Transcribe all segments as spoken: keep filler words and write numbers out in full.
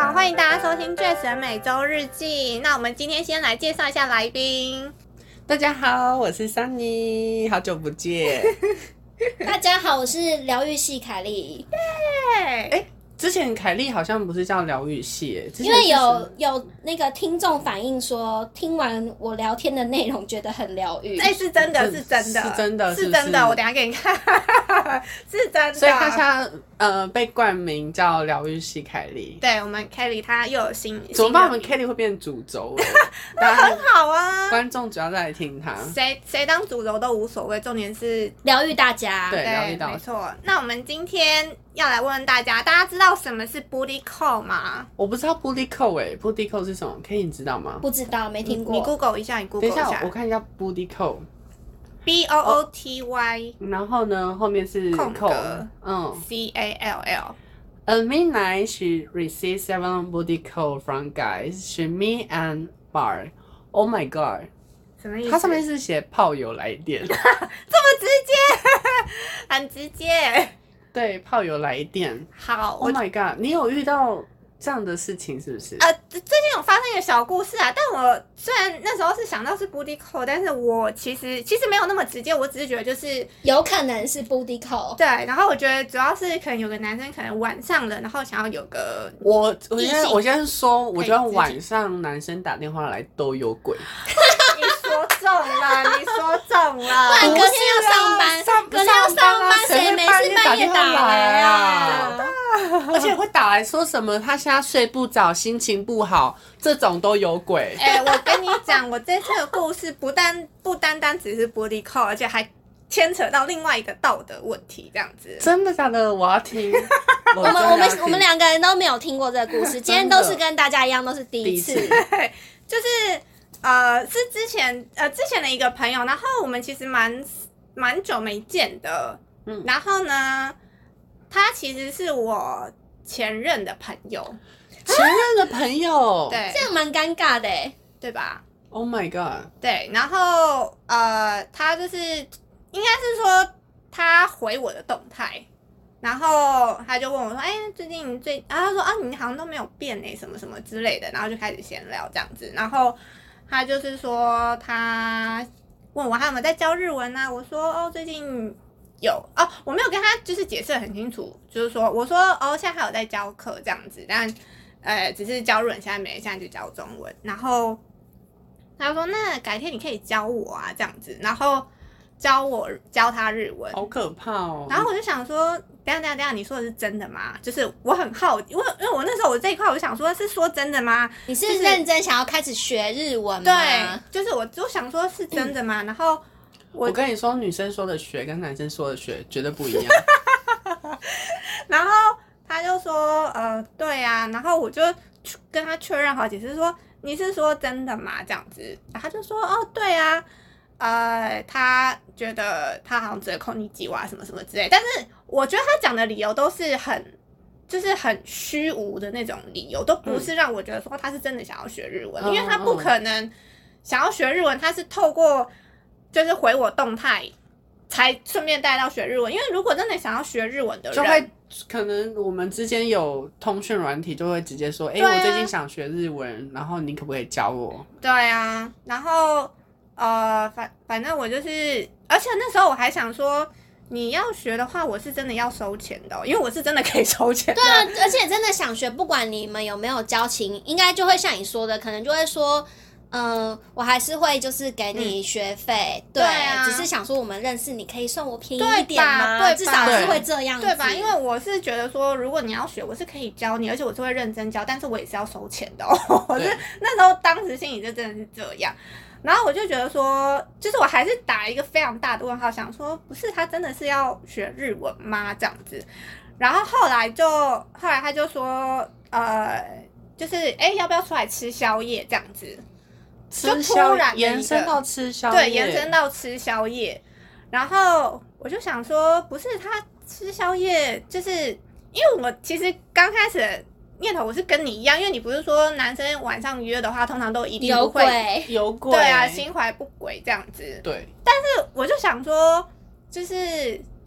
好，欢迎大家收听 Jess 的每周日记。那我们今天先来介绍一下来宾。 大家好，我是珊妮，好久不见。 大家好，我是疗愈系凯莉。 耶、 欸！之前凯莉好像不是叫疗愈系耶， 因为有有那个听众反映说，听完我聊天的内容觉得很疗愈。 哎、欸，是真的，是真的， 是真的， 是真的。我等一下给你看，是真的。 所以他现在呃被冠名叫疗愈系凯莉。 对，我们 Kelly 她又有新， 怎么办？我们 Kelly 会变主轴了， 那很好啊。 观众主要在听他， 谁谁当主轴都无所谓，重点是疗愈大家。 对，疗愈大家。 没错。那我们今天要来问问大家，大家知道什么是 booty call 吗？ 我不知道 booty call 哎、欸、，booty call 是什么 ？Kelly 你知道吗？ 不知道，没听过。 你 Google 一下，你 Google 一下。 等一下，我看一下 booty call。B O O T Y， 然后呢，后面是空格， 嗯 ，C A L L。 At midnight, she received seven booty calls from guys. She meet and bar. Oh my god！ 什么意思？ 它上面是写炮友来电， 这么直接，很直接。 对，炮友来电。 好 ，Oh my god！ 你有遇到这样的事情是不是？ 呃，最近有发生一个小故事啊，但我虽然那时候是想到是 booty call， 但是我其实其实没有那么直接，我只是觉得就是有可能是 booty call。 对，然后我觉得主要是可能有个男生可能晚上了，然后想要有个我我现在我现在是说，我觉得晚上男生打电话来都有鬼。 你说中了，你说中了。 不然隔天要上班，隔天要上班，谁没事半夜打来啊？ 而且会打来说什么他现在睡不着，心情不好，这种都有鬼。 哎、欸，我跟你讲，我这次的故事不单不单单只是 booty call， 而且还牵扯到另外一个道德问题，这样子。 真的假的？我要听。 我们我们我们两个人都没有听过这个故事，今天都是跟大家一样，都是第一次。 对，就是呃，是之前呃之前的一个朋友，然后我们其实蛮蛮久没见的，嗯，然后呢，他其实是我前任的朋友， 前任的朋友， 对， 这样蛮尴尬的， 对吧 ？Oh my god！ 对，然后呃，他就是应该是说他回我的动态。然后他就问我说：“哎、欸，最近最……啊，他说啊，你好像都没有变哎，什么什么之类的。”然后就开始闲聊这样子。然后他就是说，他问我还有没有在教日文啊？我说哦，最近有哦，我没有跟他就是解释得很清楚，就是说我说哦，现在还有在教课这样子，但呃，只是教日文现在没，现在就教中文。然后他说：“那改天你可以教我啊，这样子。”然后教我教他日文， 好可怕哦。 然后我就想说，等一下等一下等一下，你说的是真的吗？就是我很好，因为因为我那时候我这一块，我就想说，是说真的吗？ 你是认真想要开始学日文吗？ 对，就是我就想说，是真的吗？嗯、然后我我跟你说，女生说的学跟男生说的学绝对不一样。 然后他就说，呃，对啊，然后我就跟他确认好几次，说你是说真的吗？这样子，然后他就说，哦，对啊。呃，他觉得他好像只会扣你几瓦什么什么之类，但是我觉得他讲的理由都是很，就是很虚无的那种理由，都不是让我觉得说他是真的想要学日文，嗯、因为他不可能想要学日文，他是透过就是回我动态才顺便带到学日文，因为如果真的想要学日文的人， 就会可能我们之间有通讯软体，就会直接说，哎、欸啊，我最近想学日文，然后你可不可以教我？ 对啊，然后。呃，反反正我就是，而且那时候我还想说，你要学的话，我是真的要收钱的、哦，因为我是真的可以收钱的。 对啊，而且真的想学，不管你们有没有交情，应该就会像你说的，可能就会说，嗯、呃，我还是会就是给你学费、嗯，对， 对啊， 只是想说我们认识，你可以算我便宜一点吗？ 对， 至少是会这样子， 对吧？因为我是觉得说，如果你要学，我是可以教你，而且我是会认真教，但是我也是要收钱的哦。我是那时候当时心里就真的是这样。然后我就觉得说，就是我还是打一个非常大的问号，想说不是他真的是要学日文吗？这样子。然后后来就后来他就说，呃，就是哎，要不要出来吃宵夜这样子？ 就突然延伸到吃宵夜， 对，延伸到吃宵夜。然后我就想说，不是他吃宵夜，就是因为我其实刚开始。念头我是跟你一样，因为你不是说男生晚上约的话，通常都一定不会有鬼， 有鬼， 对啊，心怀不轨这样子。 对， 但是我就想说，就是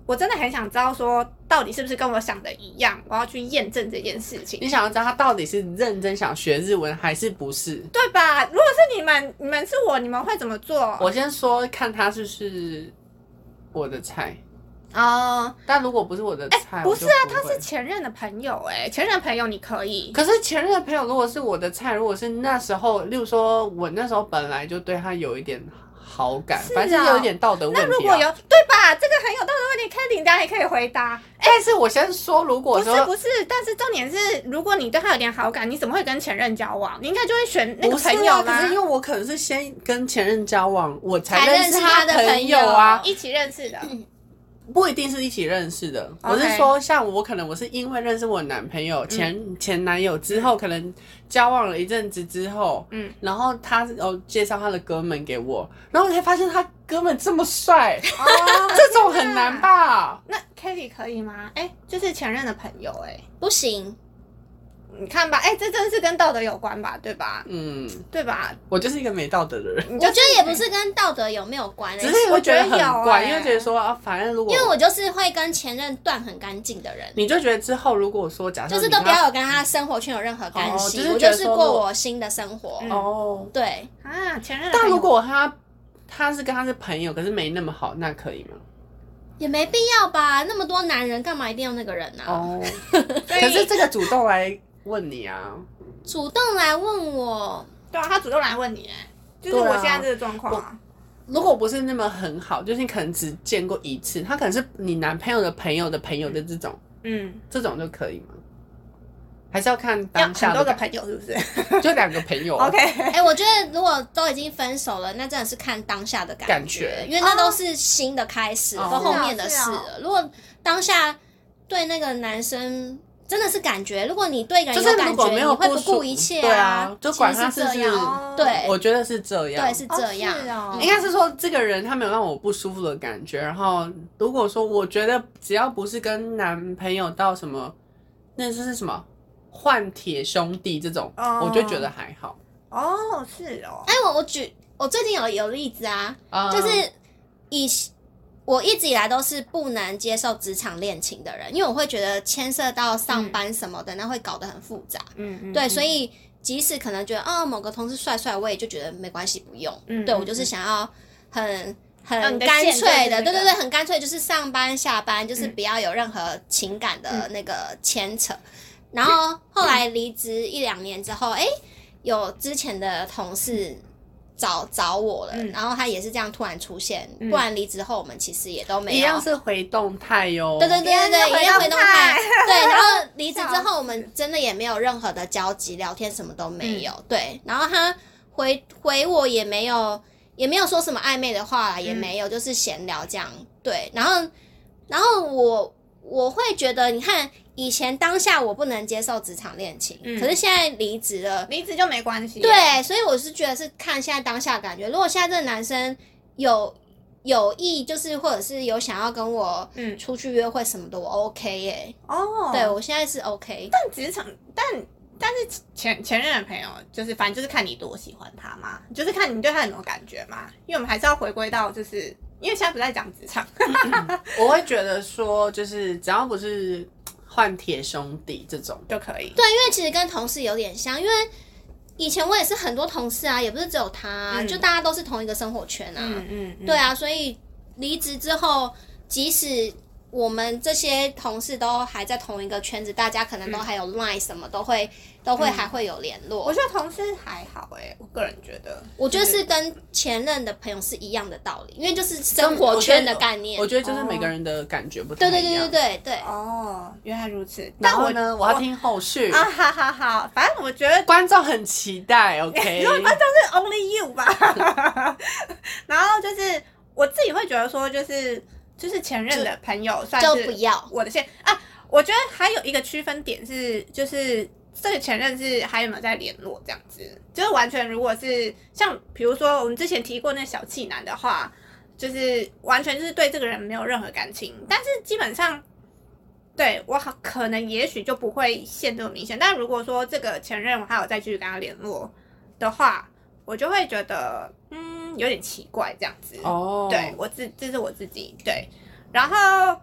我真的很想知道说到底是不是跟我想的一样，我要去验证这件事情。 你想要知道他到底是认真想学日文还是不是？ 对吧？如果是你们，你们是我，你们会怎么做？ 我先说看他是不是我的菜。 哦， 但如果不是我的菜， 欸、不是啊， 他他是前任的朋友、欸，哎，前任的朋友你可以。 可是前任的朋友如果是我的菜，如果是那时候，例如说我那时候本来就对他有一点好感， 是啊、 反正有一点道德问题、啊。 那如果有对吧？这个很有道德问题 ，Kelly 大家也可以回答。 欸、但是我先说，如果说不是不是，但是重点是，如果你对他有点好感，你怎么会跟前任交往？你应该就会选那个朋友啦。 不是啊，可是因为我可能是先跟前任交往，我才认识他的朋友啊， 一起认识的。 嗯不一定是一起认识的， Okay. 我是说，像我可能我是因为认识我男朋友、前、嗯、前男友之后，可能交往了一阵子之后，嗯，然后他哦介绍他的哥们给我，然后我才发现他哥们这么帅，哦，这种很难吧？ 那 Kelly 可以吗？哎、欸，就是前任的朋友、欸，哎， 不行。 你看吧，哎、欸，这真的是跟道德有关吧，对吧？ 嗯， 对吧？ 我就是一个没道德的人。 我觉得也不是跟道德有没有关、欸， 只是我觉得很怪， 欸、 因为觉得说啊，反正如果因为我就是会跟前任断很干净的人， 你就觉得之后如果说假设就是都不要有跟他生活圈有任何干系、哦就是，我就是过我新的生活。哦、嗯，对啊，前任。 但如果他他是跟他是朋友，可是没那么好，那可以吗？ 也没必要吧，那么多男人干嘛一定要那个人啊？哦， 可是这个主动来问你啊， 主动来问我， 对啊，他主动来问你，哎，就是我现在这个状况啊。 如果不是那么很好，就是你可能只见过一次，他可能是你男朋友的朋友的朋友的这种，嗯，这种就可以吗？还是要看当下的很多个朋友是不是？ 就两个朋友、啊。 OK， 哎、欸，我觉得如果都已经分手了，那真的是看当下的感觉， 感觉因为那都是新的开始，都、哦、后面的事了、哦哦。如果当下对那个男生真的是感觉，如果你对一个人有感觉， 就是、 你会不顾一切啊。 对啊，就管他是不是， 是哦、对， 我觉得是这样， 对，是这样。 哦嗯、 应该是说这个人他没有让我不舒服的感觉，然后如果说我觉得只要不是跟男朋友到什么，那这是什么？换铁兄弟这种， oh. 我就觉得还好。 哦、oh, ，是哦。 哎，我我举我最近有有例子啊， uh. 就是以我一直以来都是不能接受职场恋情的人，因为我会觉得牵涉到上班什么的，嗯、那会搞得很复杂。嗯嗯。对，所以即使可能觉得哦某个同事帅帅，我也就觉得没关系，不用。嗯。对我就是想要很很干脆的，对对对，很干脆，就是上班下班就是不要有任何情感的那个牵扯。嗯然后后来离职一两年之后，哎、欸，有之前的同事找找我了、嗯，然后他也是这样突然出现，嗯、不然离职后我们其实也都没有。 一样是回动态哟。 对对对对对，一样回动态。对，然后离职之后我们真的也没有任何的交集，聊天什么都没有。嗯、对，然后他回回我也没有，也没有说什么暧昧的话啦，也没有，嗯、就是闲聊这样。对，然后然后我我会觉得，你看。以前当下我不能接受职场恋情、嗯，可是现在离职了， 离职就没关系。 对，所以我是觉得是看现在当下的感觉。如果现在这个男生有有意，就是或者是有想要跟我出去约会什么的，我 OK 耶、欸。哦，对我现在是 OK。 但职场，但但是前前任的朋友，就是反正就是看你多喜欢他嘛，就是看你对他有没有感觉嘛。因为我们还是要回归到，就是因为现在不在讲职场、 嗯，我会觉得说，就是只要不是。换铁兄弟这种就可以。 对，因为其实跟同事有点像，因为以前我也是很多同事啊，也不是只有他、啊嗯，就大家都是同一个生活圈啊。嗯嗯, 嗯。对啊，所以离职之后，即使我们这些同事都还在同一个圈子，大家可能都还有 line 什么，嗯、都会都会还会有联络。 我觉得同事还好哎、欸，我个人觉得， 我觉得是跟前任的朋友是一样的道理，因为就是生活圈的概念。 我觉得就是每个人的感觉不太一样。 对对对对对对。 哦，原来如此。 然后呢，我, 我要听后续啊！好好好，反正我觉得观众很期待。OK， 因为观众是 only you 吧。然后就是我自己会觉得说，就是就是前任的朋友算是就不要我的线啊。我觉得还有一个区分点是，就是这个前任是还有没有在联络这样子，就是完全如果是像比如说我们之前提过那小气男的话，就是完全就是对这个人没有任何感情，但是基本上对我好可能也许就不会陷这么明显，但如果说这个前任我还有再继续跟他联络的话，我就会觉得嗯有点奇怪这样子哦。对我自这是我自己对，然后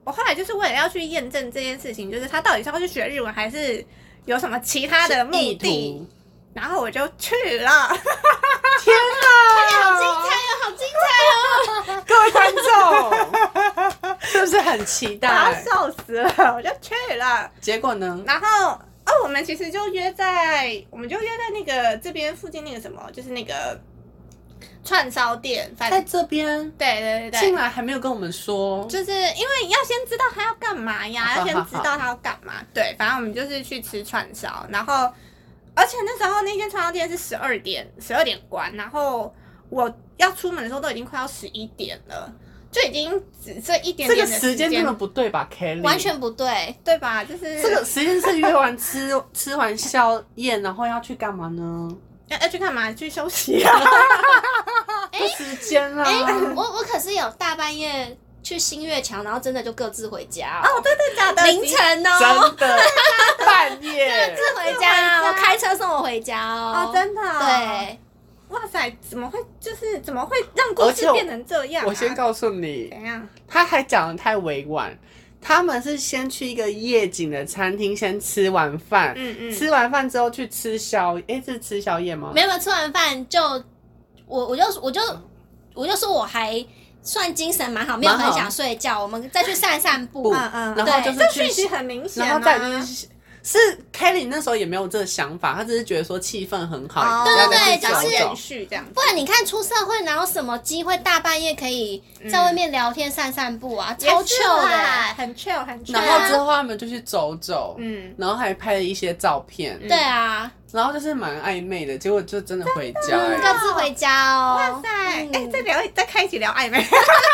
我后来就是为了要去验证这件事情，就是他到底是要去学日文，还是有什么其他的目的，然后我就去了。 天哪， 好精彩哦，好精彩哦！ 各位观众，是不是很期待？ 我要笑死了，我就去了。 结果呢？ 然后哦，我们其实就约在，我们就约在那个这边附近那个什么，就是那个串烧店，反在这边。 对对对对， 进来还没有跟我们说， 就是因为要先知道他要干嘛呀，要先知道他要干嘛。对，反正我们就是去吃串烧，然后而且那时候那间串烧店是十二点十二点关，然后我要出门的时候都已经快要十一点了。就已经只剩一点点的时间， 这个时间真的不对吧 ，Kelly？ 完全不对， 对吧？就是这个时间是约完吃吃完宵夜，然后要去干嘛呢？ 要要去干嘛？去休息啊！ 这时间啊！ 哎、欸，我我可是有大半夜去新月桥，然后真的就各自回家哦。哦，真的假的？ 凌晨哦， 真的半夜各自回家，我开车送我回家哦。 哦，真的、哦？ 对。 哇塞，怎么会就是怎么会让故事变成这样、啊？ 我先告诉你， 怎样？ 他还讲得太委婉。他们是先去一个夜景的餐厅，先吃完饭，嗯嗯，吃完饭之后去吃宵夜，哎，是吃宵夜吗？ 没有，吃完饭就我我就我就我就说我还算精神蛮好，没有很想睡觉，我们再去散散步， 嗯嗯， 然后就是这讯息很明显、啊， 然后再就是。是 Kelly 那时候也没有这个想法，他只是觉得说气氛很好， 哦、 对对对，就是延续这样。 不然你看出社会哪有什么机会大半夜可以在外面聊天、散散步啊？嗯、超 chill 的， 很 chill 很 chill。 然后之后他们就去走走，嗯，然后还拍了一些照片， 对啊， 然后就是蛮暧昧的，结果就真的回家、欸， 各自回家哦。 哇塞，哎、嗯欸，再聊再开一起聊暧昧。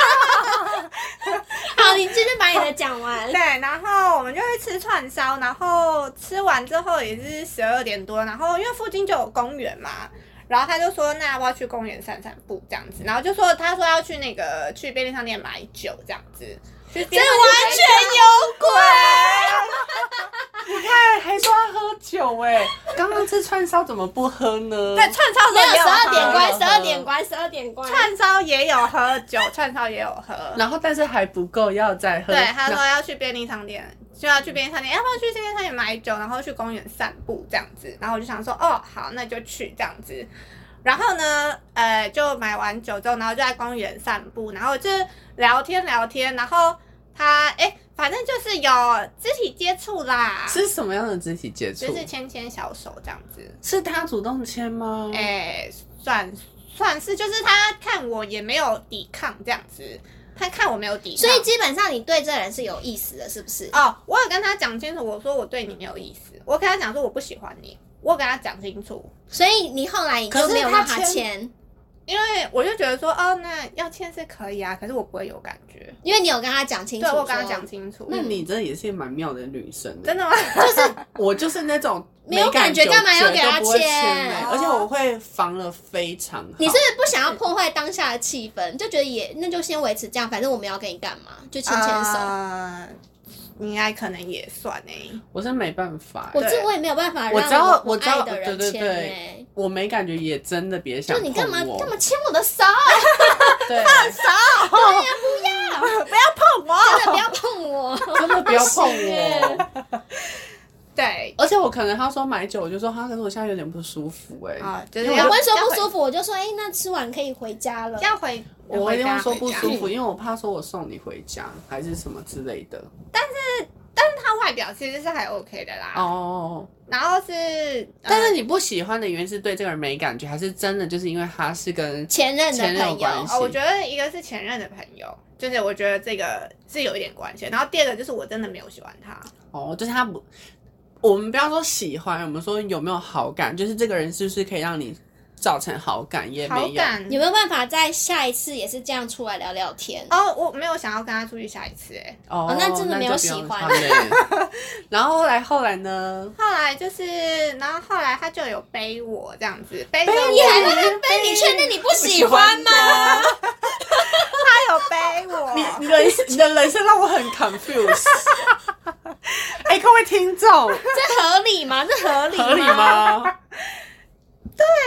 好，你继续把你的讲完。 对，然后我们就去吃串烧，然后吃完之后也是十二点多，然后因为附近就有公园嘛，然后他就说那要不要去公园散散步这样子，然后就说他说要去那个去便利商店买酒这样子， 这完全有鬼。 你看，还说要喝酒哎、欸！刚刚吃串烧怎么不喝呢？ 对，串烧没有十二点关，十二点关，十二点关。 串烧也有喝酒，串烧也有喝， 然后但是还不够，要再喝。 对，他说要去便利商店，就要去便利商店，要不要去便利商店买酒，然后去公园散步这样子。然后我就想说，哦，好，那就去这样子。然后呢，呃，就买完酒之后，然后就在公园散步，然后就聊天聊天，然后他哎。欸反正就是有肢体接触啦。 是什么样的肢体接触？ 就是牵牵小手这样子。 是他主动牵吗？ 哎、欸，算算是，就是他看我也没有抵抗这样子，他看我没有抵抗， 所以基本上你对这人是有意思的，是不是？ 哦，我有跟他讲清楚，我说我对你没有意思，我跟他讲说我不喜欢你，我有跟他讲清楚。 所以你后来你就没有让他牵。 因为我就觉得说，哦，那要牵是可以啊，可是我不会有感觉， 因为你有跟他讲清楚。 对，我跟他讲清楚。 那你真的也是蛮妙的女生、欸， 真的吗？ 就是我就是那种没有感觉，干嘛要给他牵、 欸？而且我会防了非常好。 你是不是不想要破坏当下的气氛，就觉得也那就先维持这样，反正我们要跟你干嘛，就牵牵手。 呃应该可能也算哎、欸， 我是没办法， 我这我也没有办法让我知道我知道的人牵哎， 我没感觉也真的别想碰我， 就你干嘛干嘛牵我的手？ 对， 放手， 对呀，不要不要碰我， 真的不要碰我， 真的不要碰我。 对， 而且我可能他说买酒，我就说他可是我现在有点不舒服哎、欸， 啊，就是要问说不舒服，我就说哎、欸，那吃完可以回家了， 要回。 我一定会说不舒服，因为我怕说我送你回家还是什么之类的。 但是，但是他外表其实是还 OK 的啦。 哦。 然后是， 但是你不喜欢的原因是对这个人没感觉，还是真的就是因为他是跟前任的朋友？ 哦，我觉得一个是前任的朋友，就是我觉得这个是有一点关系。然后第二个就是我真的没有喜欢他。 哦，就是他不，我们不要说喜欢，我们说有没有好感，就是这个人是不是可以让你造成好感也没有， 好感有没有办法在下一次也是这样出来聊聊天？ 哦，我没有想要跟他出去下一次哎、欸。 哦， 哦那真的没有喜欢。 然后后来后来呢？ 后来就是，然后后来他就有背我这样子，背着我。 你还在背？你确定你不喜欢吗？ 他有背我。 你你的你的人生让我很 confused。哎、欸，各位听众， 这合理吗？这合理吗？ 合理吗？ 对，他有背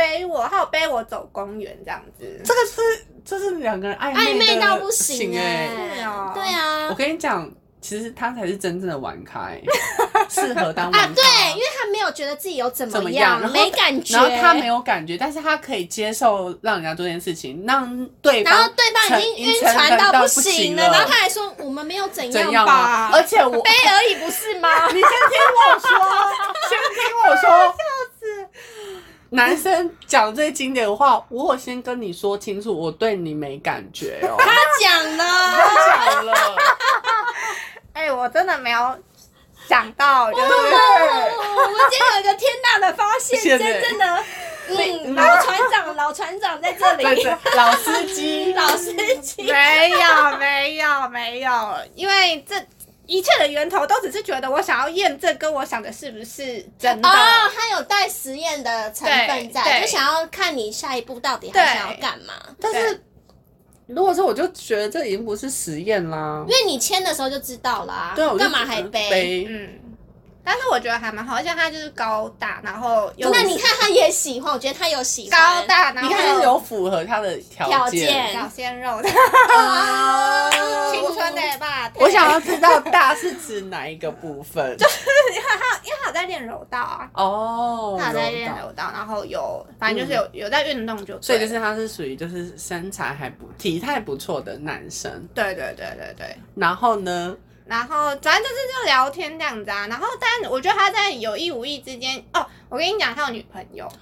背我，还有背我走公园这样子。 这个是这是两个人暧昧暧昧到不行行哎、 是哦对啊， 我跟你讲，其实他才是真正的玩咖，适合当玩咖。 啊，对，因为他没有觉得自己有怎怎么样， 样， 没感觉， 然后他没有感觉，但是他可以接受让人家做这件事情，让对方， 然后对方已经晕船到不行了，然后他还说我们没有怎怎样吧， 样而且我背而已，不是吗？ 你先听我说，先听我说，笑死。男生讲最经典的话，我有先跟你说清楚，我对你没感觉哦。 他讲了， 他讲了。 哎、欸，我真的没有想到，就是、 哦、我们今天有一个天大的发现， 真正的，嗯，老船长，老船长在这里， 老司机， 老司机， 没有，没有，没有，因为这一切的源头都只是觉得我想要验证，跟我想的是不是真的。 哦，他有带实验的成分在，就想要看你下一步到底还想要干嘛。 但是。如果说我就觉得这已经不是实验啦， 因为你签的时候就知道啦， 对， 干嘛还背？ 背嗯，但是我觉得还蛮好，而且他就是高大，然后有那你看他也喜欢，我觉得他有喜欢高大，然后你看是有符合他的条件， 小鲜肉的， 啊， 青春的吧。 我想要知道大是指哪一个部分？ 就是他，因为他有在练柔道啊。 哦， 他有在练柔道，然后有反正就是有、嗯、有在运动就对， 所以就是他是属于就是身材还不体态不错的男生。 对对对对对。 然后呢？ 然后反正就是就聊天这样子啊。然后但我觉得他在有意无意之间，哦，我跟你讲，他有女朋友。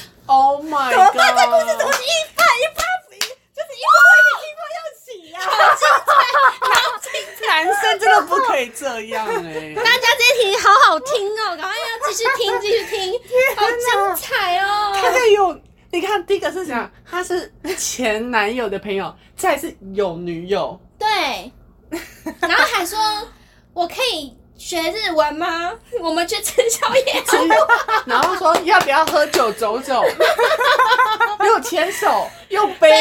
Oh my god！ 怎么办？这故事怎么一拍一拍，就是一波一波又起啊！ 好精彩，好精彩！ 男生真的不可以这样哎、欸！ 大家这一题好好听哦，赶快要继续听，继续听，好精彩哦！ 他在有，你看第一个是讲他是前男友的朋友，再是有女友， 对，然后还说我可以学日文吗？我们去吃宵夜好不好？ 然后说要不要喝酒走走，又牵手又背。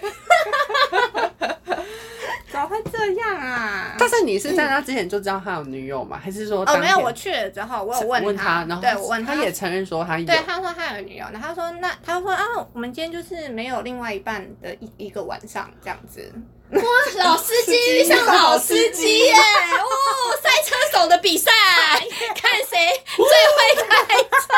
怎么会这样啊？ 但是你是在他之前就知道他有女友吗？还是说哦没有，我去了之后我有问他， 问他然后对我问他，他也承认说他有， 对他说他有女友，然后他说那他说啊，我们今天就是没有另外一半的一一个晚上这样子。 哇，老司机遇上老司机耶！哦，赛车手的比赛，看谁最会开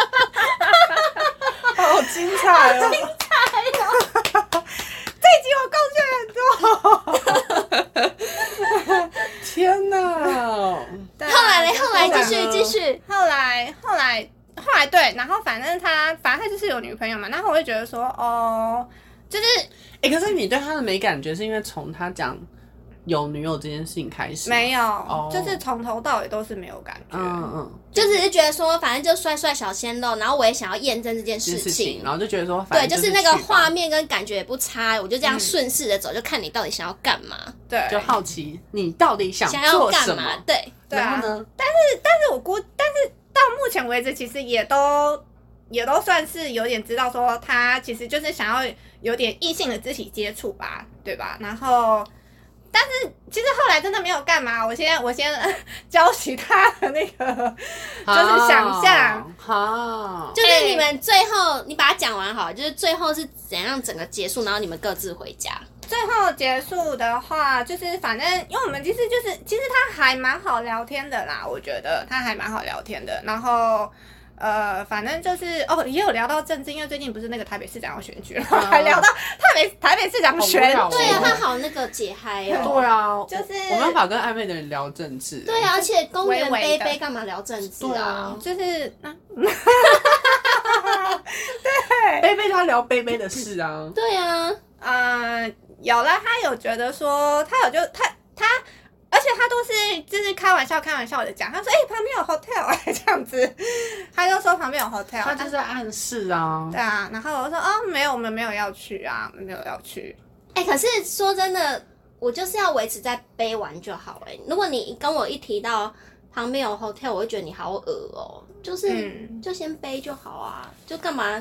车， 好精彩哦！ 精彩哦！ 这一集我贡献很多。 天哪！ 后来嘞，后来继续继续， 后来后来后来对，然后反正他反正他就是有女朋友嘛，然后我会觉得说哦，就是哎、欸，可是你对他的没感觉，是因为从他讲有女友这件事情开始？ 没有， 哦、 就是从头到尾都是没有感觉。 嗯嗯， 就只是觉得说，反正就帅帅小鲜肉，然后我也想要验证这件事情， 事情然后就觉得说， 对， 就就是那个画面跟感觉也不差，我就这样顺势的走，嗯、就看你到底想要干嘛。 对， 就好奇你到底想想要做什么？ 干嘛？对， 对啊。 然后呢？ 但是但是我估，但是到目前为止，其实也都也都算是有点知道说，他其实就是想要有点异性的肢体接触吧，对吧？然后。但是其实后来真的没有干嘛，我先我先教其他的那个，就是想象， 好， 就是你们最后你把它讲完好了，就是最后是怎样整个结束，然后你们各自回家。 最后结束的话，就是反正因为我们其实就是其实他还蛮好聊天的啦，我觉得他还蛮好聊天的，然后。呃，反正就是哦，也有聊到政治，因为最近不是那个台北市长要选举了，啊、还聊到台北台北市长选举。 对啊，他好那个解嗨哦。 对啊， 就是我没办法跟暧昧的人聊政治。 对啊，而且公园杯杯干嘛聊政治啊？ 就是啊， 对，杯杯他聊杯杯的事啊。 对啊， 呃，有了，他有觉得说，他有就他他。而且他都是就是开玩笑开玩笑的讲，他说哎、欸、旁边有 hotel 哎、欸、这样子，他就说旁边有 hotel， 他就是暗示啊。 对啊，然后我说哦没有，我们没有要去啊，我们没有要去。 哎、欸，可是说真的，我就是要维持在背完就好哎、欸。如果你跟我一提到旁边有 hotel， 我会觉得你好恶哦、喔，就是、嗯、就先背就好啊，就干嘛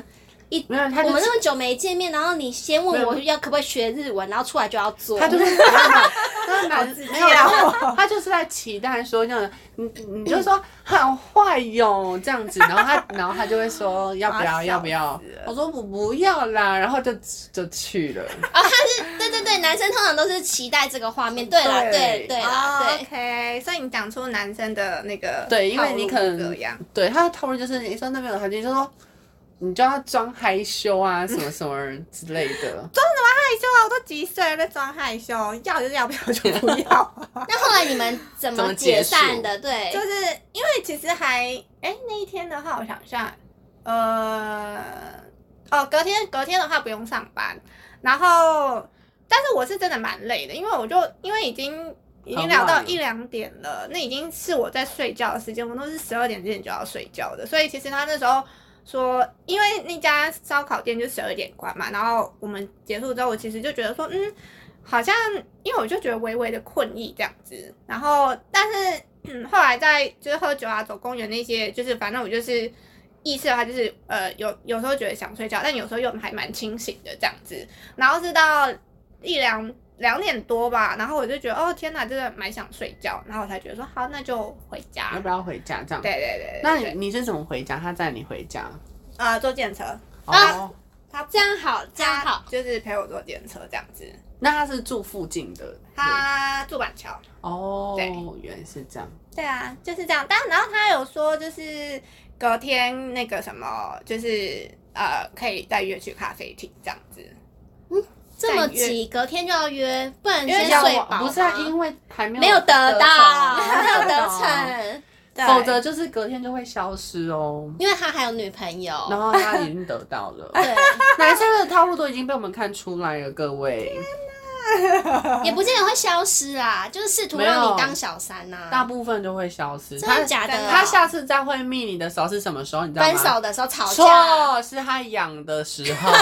一没有他就我们那么久没见面，然后你先问我要可不可以学日文，然后出来就要做。 他就是他男没有， 啊他就是在期待说这样，你你就说好坏哟这样子，然后他然后他就会说要不要要不要，我说我不要啦，然后就就去了。 哦，他是对对对，男生通常都是期待这个画面，对啦对对啦哦对。 OK， 所以你讲出男生的那个对，因为你可能这样， 对他的套路就是你说那边有条件，就说你就要装害羞啊，什么什么之类的。 装什么害羞啊？我都几岁了，在装害羞，要就要，不要就不要。 那后来你们怎么解散的？对， 就是因为其实还哎、那一天的话，我想一下，呃，哦，隔天隔天的话不用上班，然后但是我是真的蛮累的，因为我就因为已经。已经聊到一两点了，那已经是我在睡觉的时间，我都是十二点之前就要睡觉的，所以其实他那时候说，因为那家烧烤店就十二点关嘛，然后我们结束之后，我其实就觉得说，嗯，好像因为我就觉得微微的困意这样子，然后但是嗯，后来在就是喝酒啊、走公园那些，就是反正我就是意识的话，就是呃有有时候觉得想睡觉，但有时候又还蛮清醒的这样子，然后是到一两。两点多吧，然后我就觉得哦天哪，真的蛮想睡觉，然后我才觉得说好，那就回家。 要不要回家这样？ 对对对对。 那你你是怎么回家？他载你回家？ 啊、呃，坐电车。 哦， 他这样好，这样好， 就是陪我坐电车这样子。 那他是住附近的？ 他住板桥。 哦，原来是这样。 对啊，就是这样。但然后他有说，就是隔天那个什么，就是呃，可以再约去咖啡厅这样子。 嗯。这么急，隔天就要约，不然先睡饱。 不是啊，因为还没有没有得到， 没有得逞， 否则就是隔天就会消失哦。 因为他还有女朋友， 然后他已经得到了。 对， 男生的套路都已经被我们看出来了，各位。 也不见得会消失啦，就是试图让你当小三呐、啊。 大部分就会消失。 真的假的？ 他下次再会密你的时候是什么时候？你知道吗？ 分手的时候吵架。 错，是他痒的时候。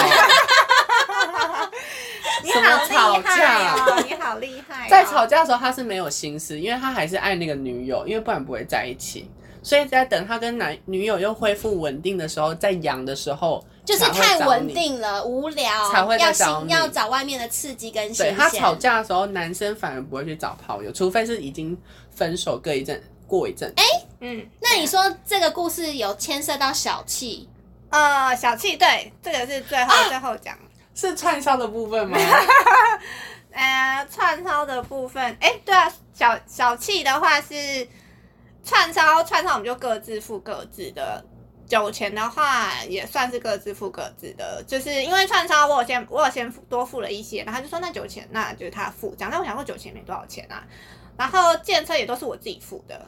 你好厉害哦！你好厉害、哦。 在吵架的时候，他是没有心思，因为他还是爱那个女友，因为不然不会在一起。所以在等他跟男女友又恢复稳定的时候，在痒的时候， 就是太稳定了，无聊， 才会再找你， 要要找外面的刺激跟新鲜。 对，他吵架的时候，男生反而不会去找炮友，除非是已经分手各一阵过一阵。 哎、欸，嗯，那你说这个故事有牵涉到小气？ 呃，小气，对，这个是最后、啊、最后讲。 是串烧的部分吗？ 呃，串烧的部分，哎、欸，对啊，小小气的话是串烧，串烧我们就各自付各自的。酒钱的话也算是各自付各自的，就是因为串烧我有先我有先多付了一些，然后他就说那酒钱那就是他付这样，但我想说酒钱没多少钱啊，然后建车也都是我自己付的。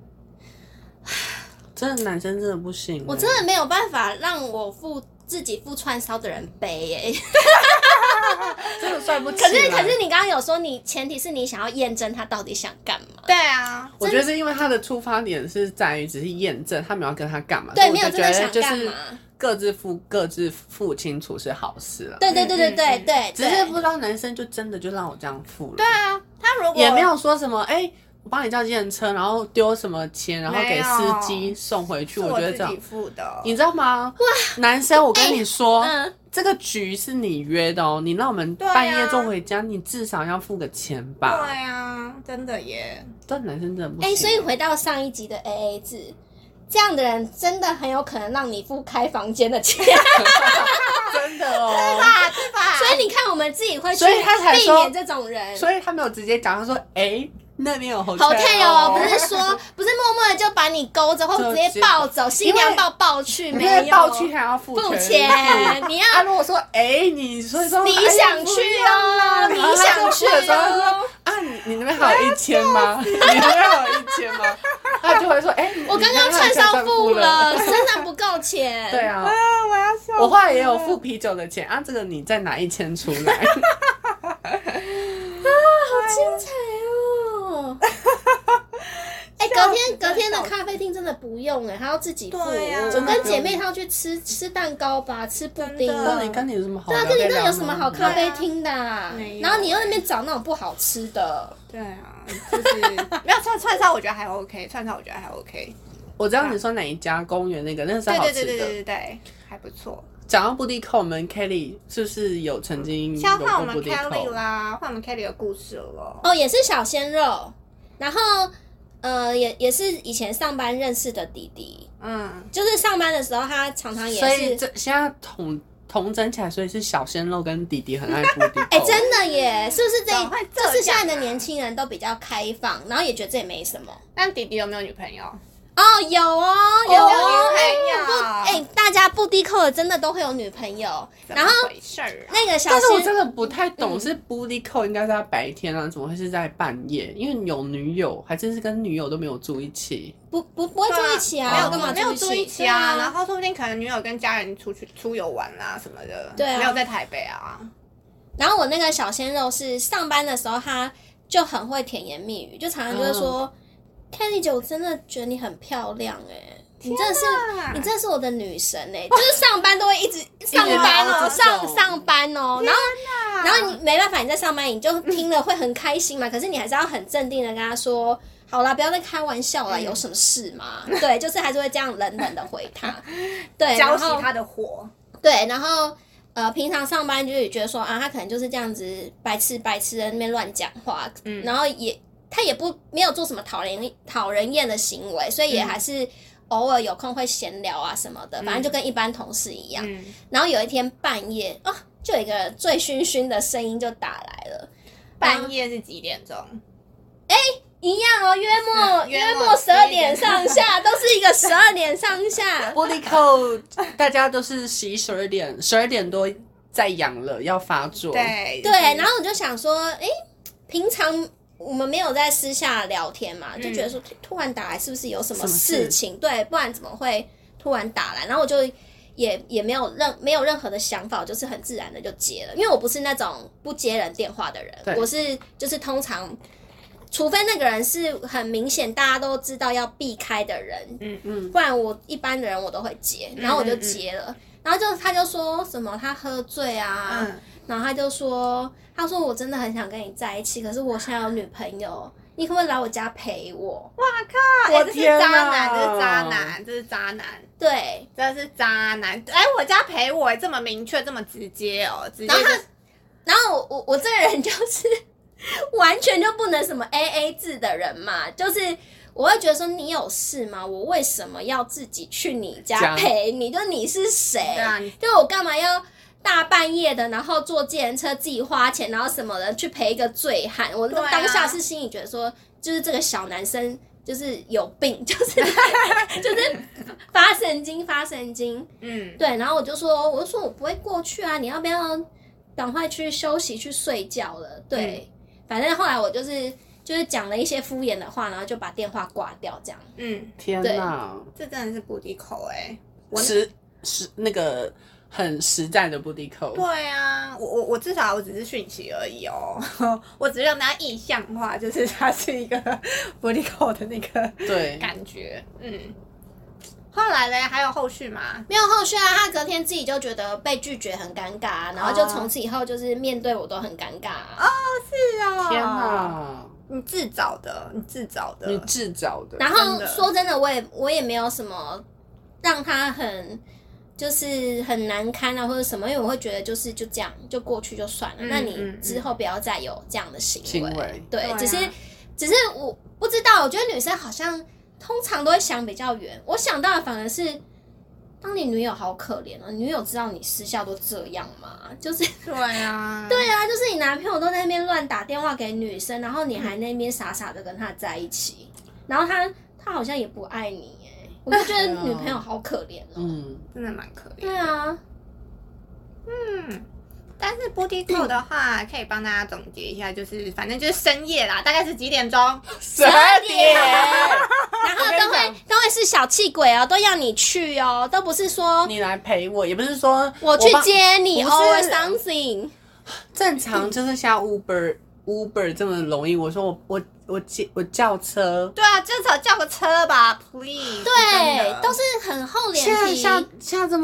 真的男生真的不行， 我真的没有办法让我付自己付串烧的人背耶、欸， 真的算不起可是可是你刚刚有说你前提是你想要验证他到底想干嘛？ 对啊， 我觉得是因为他的出发点是在于只是验证他们要跟他干嘛， 对，没有真的想干嘛， 各自付各自付清楚是好事了。 对对对对对对， 只是不知道男生就真的就让我这样付了。 对啊，他如果也没有说什么哎。欸我帮你叫计程车，然后丢什么钱，然后给司机送回去。我觉得这样， 的你知道吗？哇，男生，我跟你说， 欸嗯、 这个局是你约的哦，你让我们半夜坐回家，啊、你至少要付个钱吧？ 对啊，真的耶。 但男生真的不行。 哎、欸，所以回到上一集的 A A 制，这样的人真的很有可能让你付开房间的钱。 真的哦， 对吧？对吧？ 所以你看，我们自己会去避免这种人。 所以他没有直接讲，他说：“哎、欸。”那边有 hotel 哦，不是说不是默默的就把你勾着，或者直接抱走，新娘抱抱去，没有抱去还要付付钱，你要。 啊，如果说哎、欸，你所以说你想去哦，你想去哦， 啊，你你那边还有一千吗？你那边还有一千吗？他就会说哎、欸， 我刚刚串烧付了，身上不够钱。 对啊， 啊，我要笑。 我后来也有付啤酒的钱啊，这个你再拿一千出来。 啊，好精彩哦！哎、欸，隔天隔天的咖啡厅真的不用哎、欸，还要自己付。 对啊， 我跟姐妹她要去吃吃蛋糕吧，吃布丁。 那你跟你有什么好？ 对啊，跟你那有什么好咖啡厅的、啊？ 啊、 然后你又那边找那种不好吃的。 对啊，就是没有串串烧，我觉得还 OK， 串烧我觉得还 OK。 我知道你说哪一家公园那个，那是好吃的。 对对对对对对，还不错。 讲到布丁扣，我们 Kelly 是不是有曾经先换我们有过布丁 Kelly 扣？ 啦，换我们 Kelly 的故事了。 哦，也是小鲜肉，然后呃，也也是以前上班认识的弟弟， 嗯， 就是上班的时候他常常也所以是， 这现在统统整起来，所以是小鲜肉跟弟弟很爱布丁扣。 哎、真的耶，是不是这？ 怎么会这样啊就是现在的年轻人都比较开放，然后也觉得这也没什么。 但弟弟有没有女朋友？ 哦，有哦，有有哦， 女朋友不哎、大家布丁扣的真的都会有女朋友， 怎么然后回事儿啊？ 那个小但是我鲜真的不太懂，是布丁扣应该是在白天啊，怎么会是在半夜？因为有女友，还真是跟女友都没有住一起。 不不不会住一起啊， 没有干嘛没有住一起啊， 对啊然后说不定可能女友跟家人出去出游玩啦、什么的， 对啊没有在台北啊。 然后我那个小鲜肉是上班的时候，他就很会甜言蜜语，就常常就会说、 嗯、 ：“Kelly 姐，我真的觉得你很漂亮哎、欸，你真的是哪你真的是我的女神哎、欸！”就是上班都会一直上班哦、 一直聊这种上上班哦、然后然后你没办法，你在上班你就听了会很开心嘛，可是你还是要很镇定的跟他说。好啦，不要再开玩笑了， 嗯有什么事吗？对，就是还是会这样冷冷的回他，对， 浇然后熄他的火。 对，然后呃，平常上班就是觉得说啊，他可能就是这样子白痴白痴的那边乱讲话，嗯，然后也他也不没有做什么讨人讨人厌的行为，所以也还是偶尔有空会闲聊啊什么的，反正就跟一般同事一样。嗯、然后有一天半夜啊，就有一个醉醺醺的声音就打来了， 半夜是几点钟？ 哎、欸。一样哦，约莫、 嗯、 约莫十二点上下，都是一个十二点上下。 布丁扣大家都是十一、十二点、十二点多在养了，要发作。 对对，然后我就想说，哎、欸，平常我们没有在私下聊天嘛，就觉得说突然打来是不是有什么事情？对，不然怎么会突然打来？然后我就也也没有任没有任何的想法，就是很自然的就接了，因为我不是那种不接人电话的人，我是就是通常。除非那个人是很明显大家都知道要避开的人，嗯嗯，不然我一般的人我都会接，然后我就接了，嗯嗯嗯然后就他就说什么他喝醉啊，嗯、然后他就说他说我真的很想跟你在一起，可是我现在有女朋友，你可不可以来我家陪我？ 哇靠！哎、欸，这是渣男，这是渣男，这是渣男， 对， 这是渣男。来我家陪我，这么明确，这么直接哦，直接、就是。 然后他，然后我我我这个人就是。完全就不能什么 A A 制的人嘛，就是我会觉得说你有事吗？我为什么要自己去你家陪你？就你是谁？ 啊、 就我干嘛要大半夜的，然后坐计程车自己花钱，然后什么的去陪一个醉汉？我当下是心里觉得说，就是这个小男生就是有病，就是就是发神经发神经。嗯，对，然后我就说，我就说我不会过去啊，你要不要赶快去休息去睡觉了？对。嗯反正后来我就是就是讲了一些敷衍的话，然后就把电话挂掉，这样。 嗯， 天哪， 这真的是布丁扣哎， 实实那个很实在的布丁扣。 对啊，我我我至少我只是讯息而已哦，我只是让大家意象化，就是它是一个布丁扣的那个对感觉，嗯。后来嘞，还有后续吗？ 没有后续啊，他隔天自己就觉得被拒绝很尴尬、啊，然后就从此以后就是面对我都很尴尬、啊。 哦，是哦， 天哪， 你自找的，你自找的， 你自找的。 然后说真的，我也我也没有什么让他很就是很难堪啊，或者什么，因为我会觉得就是就这样就过去就算了。嗯、那你之后不要再有这样的行为。 行为对， 对啊、 只是只是我不知道，我觉得女生好像。通常都会想比较远，我想到的反而是，当你女友好可怜哦，女友知道你私下都这样吗？就是对啊， 对啊，就是你男朋友都在那边乱打电话给女生，然后你还那边傻傻的跟他在一起，然后他他好像也不爱你哎，我就觉得女朋友好可怜哦， 嗯，真的蛮可怜。 对啊， 嗯。但是布丁扣的话，可以帮大家总结一下，就是反正就是深夜啦，大概是几点钟？ 十二点。 然后都会都会是小气鬼哦，都要你去哦，都不是说你来陪我，也不是说我去接你 or something。 正常就是像 Uber Uber 这么容易，我说我我我接我叫车。 对啊，至少叫个车吧 ，please。 对，都是很厚脸皮。 现在像现在这么。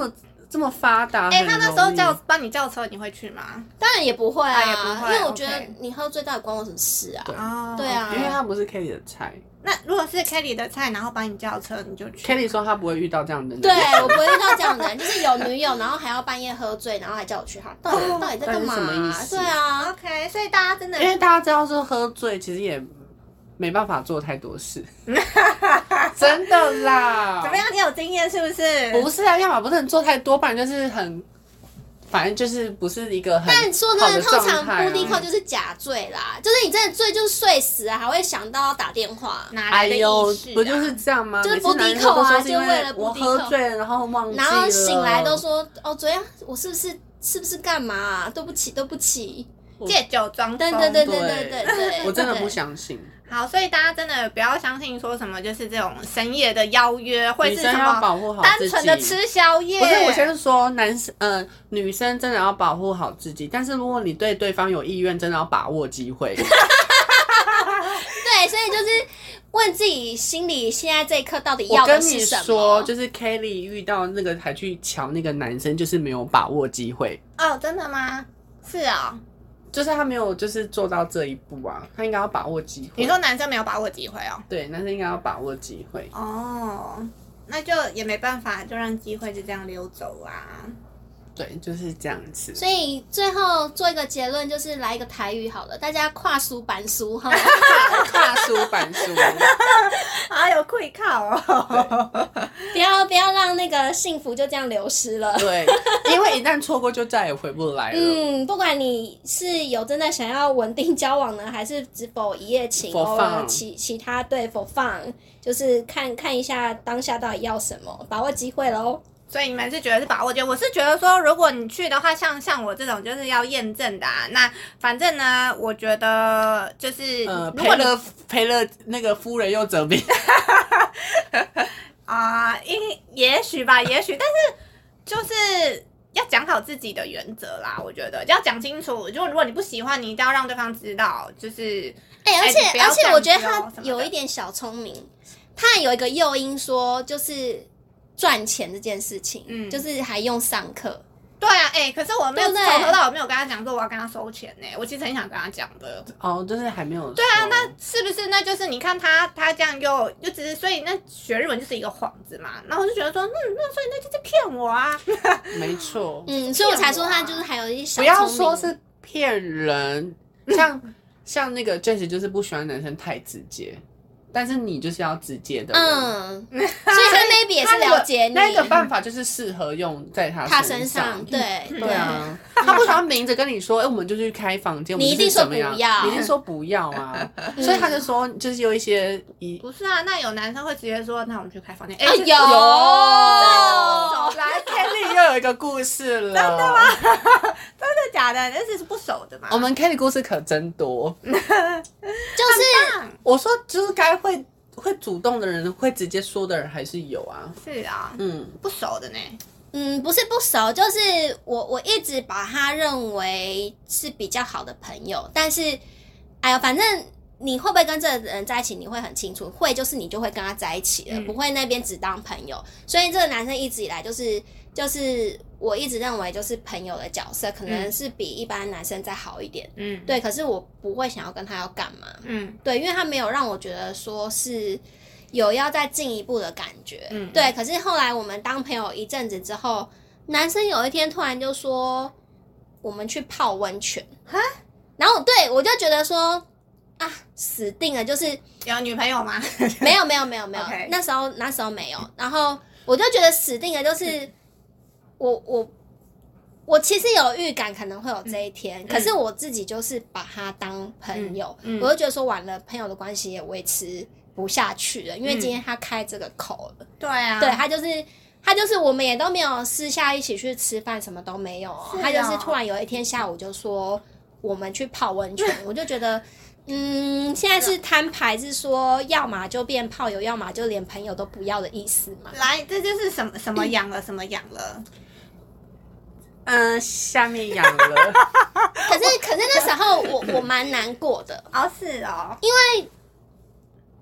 这么发达， 哎、欸，他那时候叫帮你叫车，你会去吗？ 当然也不会啊， 啊也不会， 因为我觉得 okay. 你喝醉到底关我什么事啊？ 对, 哦、 对啊， 因为他不是 Kelly 的菜。 那如果是 Kelly 的菜，然后帮你叫车，你就去。 Kelly 说他不会遇到这样的人。 对，我不会遇到这样的人，就是有女友，然后还要半夜喝醉，然后还叫我去他，到底、哦、到底在干嘛、啊？ 什么意思？ 对啊 ，OK， 所以大家真的， 因为大家知道说喝醉其实也没办法做太多事，真的啦。 怎么样？你有经验是不是？ 不是啊，要么不是能做太多，不然就是很。反正就是不是一个很好的状态、啊， 但说真的，通常布迪克就是假醉啦，就是你真的醉就是睡死啊，还会想到要打电话。 哪来的意识、啊？哎呦， 不就是这样吗？ 就是布迪克啊，就为了我喝醉了，然后忘记了， 然后醒来都说哦，昨天我是不是是不是干嘛、啊？对不起，对不起， 借酒装疯。 对对对对对对对， 我真的不相信。 好，所以大家真的不要相信说什么就是这种深夜的邀约，或者是什么单纯的吃宵夜。 不是，我先说男生，呃，女生真的要保护好自己，但是如果你对对方有意愿，真的要把握机会。对， 所以就是问自己心里现在这一刻到底要的是什么。 我跟你说，就是 Kelly 遇到那个还去瞧那个男生，就是没有把握机会。 哦，真的吗？是啊、哦。 就是他没有，就是做到这一步啊，他应该要把握机会。 你说男生没有把握机会哦？ 对，男生应该要把握机会。 哦，那就也没办法，就让机会就这样溜走啊。 对，就是这样子。 所以最后做一个结论，就是来一个台语好了，大家跨书板书哈， 跨书板书， 啊有愧靠哦， 不要不要让那个幸福就这样流失了。 对，因为一旦错过就再也回不来了。 嗯，不管你是有真的想要稳定交往呢，还是只否一夜情，偶尔其其他对否放，就是看看一下当下到底要什么，把握机会咯。 所以你们是觉得是把握机会，我是觉得说，如果你去的话，像像我这种就是要验证的啊。那反正呢，我觉得就是呃，赔了赔了那个夫人又折兵。 啊、呃，也也许吧，也许，但是就是要讲好自己的原则啦。我觉得要讲清楚，就如果你不喜欢，你一定要让对方知道，就是哎、欸，而且、欸、而且我觉得他有有一点小聪明，他有一个诱因说就是。赚钱这件事情，嗯，就是还用上课。 对啊，哎、欸，可是我没有从头到尾没有跟他讲说我要跟他收钱呢、欸。我其实很想跟他讲的。 哦，就是还没有。 对啊，那是不是那就是你看他他这样又又只是所以那学日文就是一个幌子嘛？然后我就觉得说，嗯，那所以那就是骗我啊。 没错。 嗯，所以我才说他就是还有一些小不要说是骗人，像像那个 Jess 就是不喜欢男生太直接。但是你就是要直接的人， 嗯，所以他 maybe 也是了解你。 那个办法就是适合用在他他身上，对对啊。他不想明着跟你说，哎、欸，我们就去开房间， 你一定说不要， 你一定说不要啊。所以他就说，就是有一些一不是啊，那有男生会直接说，那我们去开房间。哎、 欸，有有， 来 Kelly 又有一个故事了， 真的吗？真的假的？那是不熟的嘛？ 我们 Kelly 故事可真多， 就是我说，就是该会会主动的人，会直接说的人还是有啊。 是啊， 嗯， 不熟的呢。 嗯，不是不熟，就是我我一直把他认为是比较好的朋友，但是，哎呦，反正你会不会跟这个人在一起，你会很清楚，会就是你就会跟他在一起了，嗯、不会那边只当朋友。所以这个男生一直以来就是就是我一直认为就是朋友的角色，可能是比一般男生再好一点。嗯，对，可是我不会想要跟他要干嘛。嗯，对，因为他没有让我觉得说是。有要再进一步的感觉，嗯，对。可是后来我们当朋友一阵子之后，男生有一天突然就说我们去泡温泉，哈，然后对我就觉得说啊，死定了，就是有女朋友吗？ 没有，没有，没有，没有， okay. 那时候那时候没有。然后我就觉得死定了，就是我我我其实有预感可能会有这一天，嗯、可是我自己就是把他当朋友，嗯嗯、我就觉得说完了，朋友的关系也维持。不下去了，因为今天他开这个口了。 嗯、对啊， 对他就是他就是我们也都没有私下一起去吃饭，什么都没有、哦。他就是突然有一天下午就说我们去泡温泉，我就觉得嗯，现在是摊牌，是说要么就变炮友，要么就连朋友都不要的意思嘛。 来，这就是什么什么养了、嗯、什么养了。 嗯、呃，下面养了。 可是可是那时候我我蛮难过的。 哦，是哦， 因为。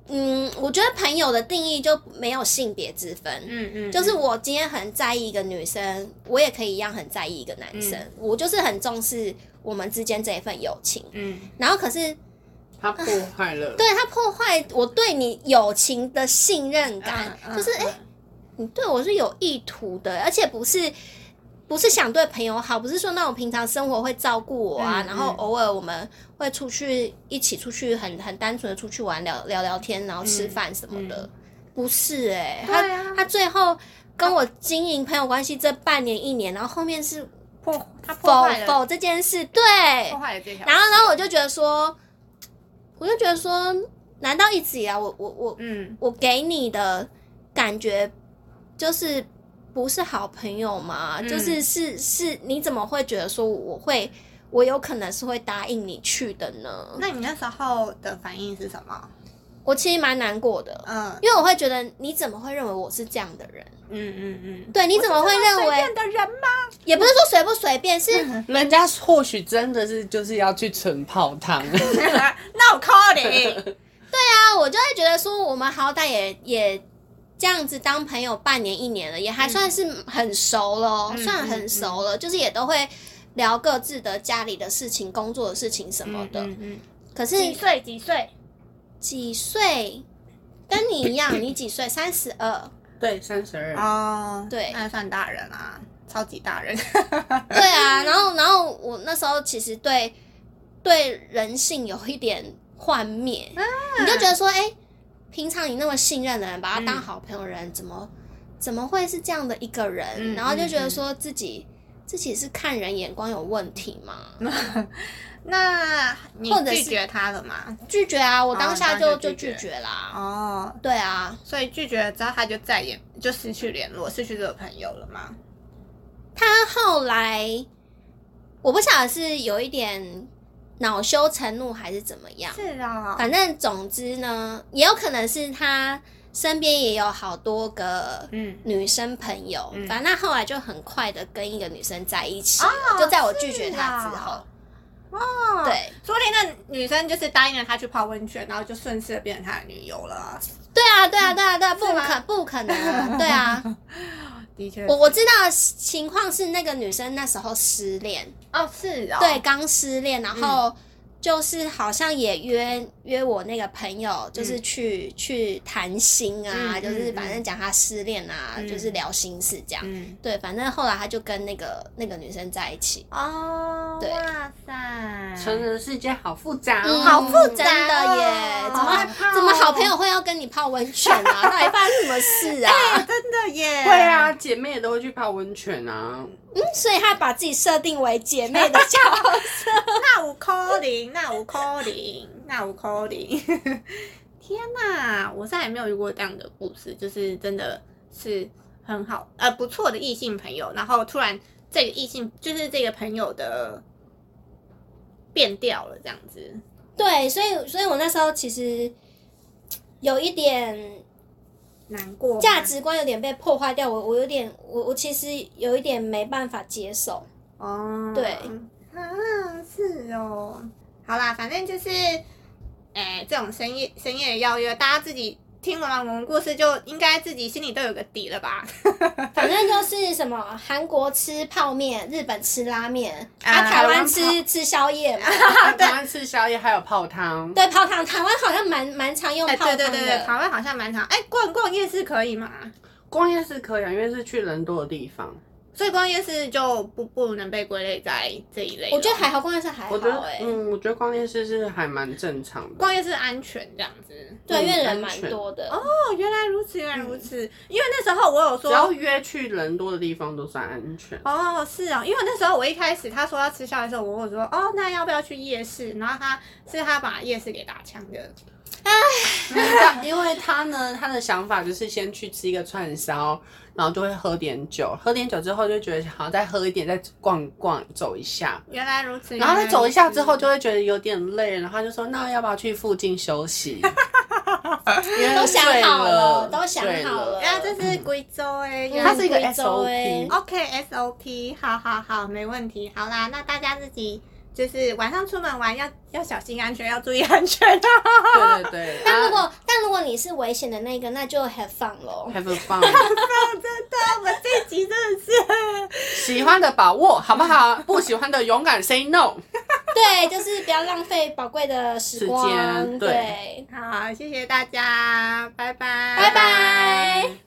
嗯，我觉得朋友的定义就没有性别之分， 嗯嗯， 就是我今天很在意一个女生，我也可以一样很在意一个男生，嗯、我就是很重视我们之间这一份友情，嗯，然后可是他破坏了， 对他破坏我对你友情的信任感，嗯、就是哎、欸，你对我是有意图的，而且不是。不是想对朋友好，不是说那种平常生活会照顾我啊，嗯、然后偶尔我们会出去一起出去很很单纯的出去玩聊聊聊天，然后吃饭什么的，嗯、不是哎、欸，他、啊、他最后跟我经营朋友关系这半年一年，然后后面是破他破坏了否这件事，对， 破坏了这条， 然后然后我就觉得说，我就觉得说，难道一直以来我我我嗯我给你的感觉就是。不是好朋友吗？嗯、就是是是，你怎么会觉得说我会，我有可能是会答应你去的呢？ 那你那时候的反应是什么？ 我其实蛮难过的，嗯，因为我会觉得你怎么会认为我是这样的人？嗯嗯嗯，对，你怎么会认为随便的人吗？ 也不是说随不随便，是人家或许真的是就是要去纯泡汤， 那我 call 你。 对啊，我就会觉得说，我们好歹也也。这样子当朋友半年一年了，也还算是很熟了，嗯、算很熟了，嗯、就是也都会聊各自的家里的事情、工作的事情什么的。嗯嗯嗯、可是几岁？几岁？ 几岁？跟你一样，你几岁？三十二。 对，三十二。 哦， 对， 那算大人啊，超级大人。 对啊，然后然后我那时候其实对对人性有一点幻灭，啊、你就觉得说，哎、欸。平常你那么信任的人，把他当好朋友的人，嗯、怎么怎么会是这样的一个人？嗯、然后就觉得说自己、嗯、自己是看人眼光有问题吗？ 那你拒绝他了吗？ 拒绝啊，我当下就、哦、就拒绝啦。哦，对啊， 所以拒绝了之后，他就再也就失去联络，失去这个朋友了吗？ 他后来我不晓得是有一点。恼羞成怒还是怎么样？ 是啊、哦， 反正总之呢，也有可能是他身边也有好多个女生朋友，嗯、反正他后来就很快的跟一个女生在一起了，哦、就在我拒绝他之后。 哦， 对， 说不定那女生就是答应了他去泡温泉，然后就顺势变成他的女友了。 对啊，对啊，对啊，对啊，不可不可能，对啊。 的确， 我我知道情况是那个女生那时候失恋哦，是哦， 对，刚失恋，然后就是好像也约约我那个朋友，就是去、嗯、去谈心啊，嗯、就是反正讲他失恋啊，嗯、就是聊心事这样。嗯、对，反正后来他就跟那个那个女生在一起。 哦， 对， 哇塞， 成人世界好复杂、哦嗯，好复杂的耶！ 哦、 怎么、哦、怎么好朋友会要跟你泡温泉啊？到底发生什么事啊？ 欸、真的耶！ 会啊，姐妹也都会去泡温泉啊。 嗯，所以他把自己设定为姐妹的角色， 那有可能，那有可能，那有可能。天哪，我再也没有遇过这样的故事，就是真的是很好呃不错的异性朋友，然后突然这个异性就是这个朋友的变掉了这样子。 对，所以所以我那时候其实有一点。 难过， 价值观有点被破坏掉，我我有点，我我其实有一点没办法接受。哦，对， 啊，是哦，好啦，反正就是，哎、欸，这种深夜深夜的邀约，大家自己听完我们故事，就应该自己心里都有个底了吧？ 反正就是什么韩国吃泡面，日本吃拉面，啊，台湾吃吃宵夜嘛， 台湾吃宵夜还有泡汤， 对，泡汤，台湾好像蛮蛮常用泡汤的， 欸、对对对，台湾好像蛮常，哎、欸，逛逛夜市可以吗？ 逛夜市可以啊，因为是去人多的地方。 所以逛夜市就不不能被归类在这一类。 我觉得还好，逛夜市还好、欸。 我觉得，嗯，我觉得逛夜市是还蛮正常的。 逛夜市安全这样子， 对，因为人蛮多的。 哦，原来如此，原来如此。嗯、因为那时候我有说， 只要约去人多的地方都算安全。 哦，是哦，因为那时候我一开始他说要吃宵夜的时候，我问我说，哦，那要不要去夜市？然后他是他把夜市给打枪的。 唉，因为他呢，他的想法就是先去吃一个串烧，然后就会喝点酒，喝点酒之后就觉得好像再喝一点，再逛逛走一下。 原来如此。 然后再走一下之后就会觉得有点累，然后他就说那要不要去附近休息？ 都想好了，都想好了。 原来这是贵州哎， 它是一个 S O P。OK S O P， 好好好，没问题。好啦，那大家自己。就是晚上出门玩要要小心安全，要注意安全。 对对对。 但如果、啊、但如如果你是危险的那个，那就 have fun 咯 have fun， 真的，我这一集真的是喜欢的把握，好不好？不喜欢的勇敢 say no。 对，就是不要浪费宝贵的时光。 时间对对， 好，谢谢大家，拜拜， 拜拜。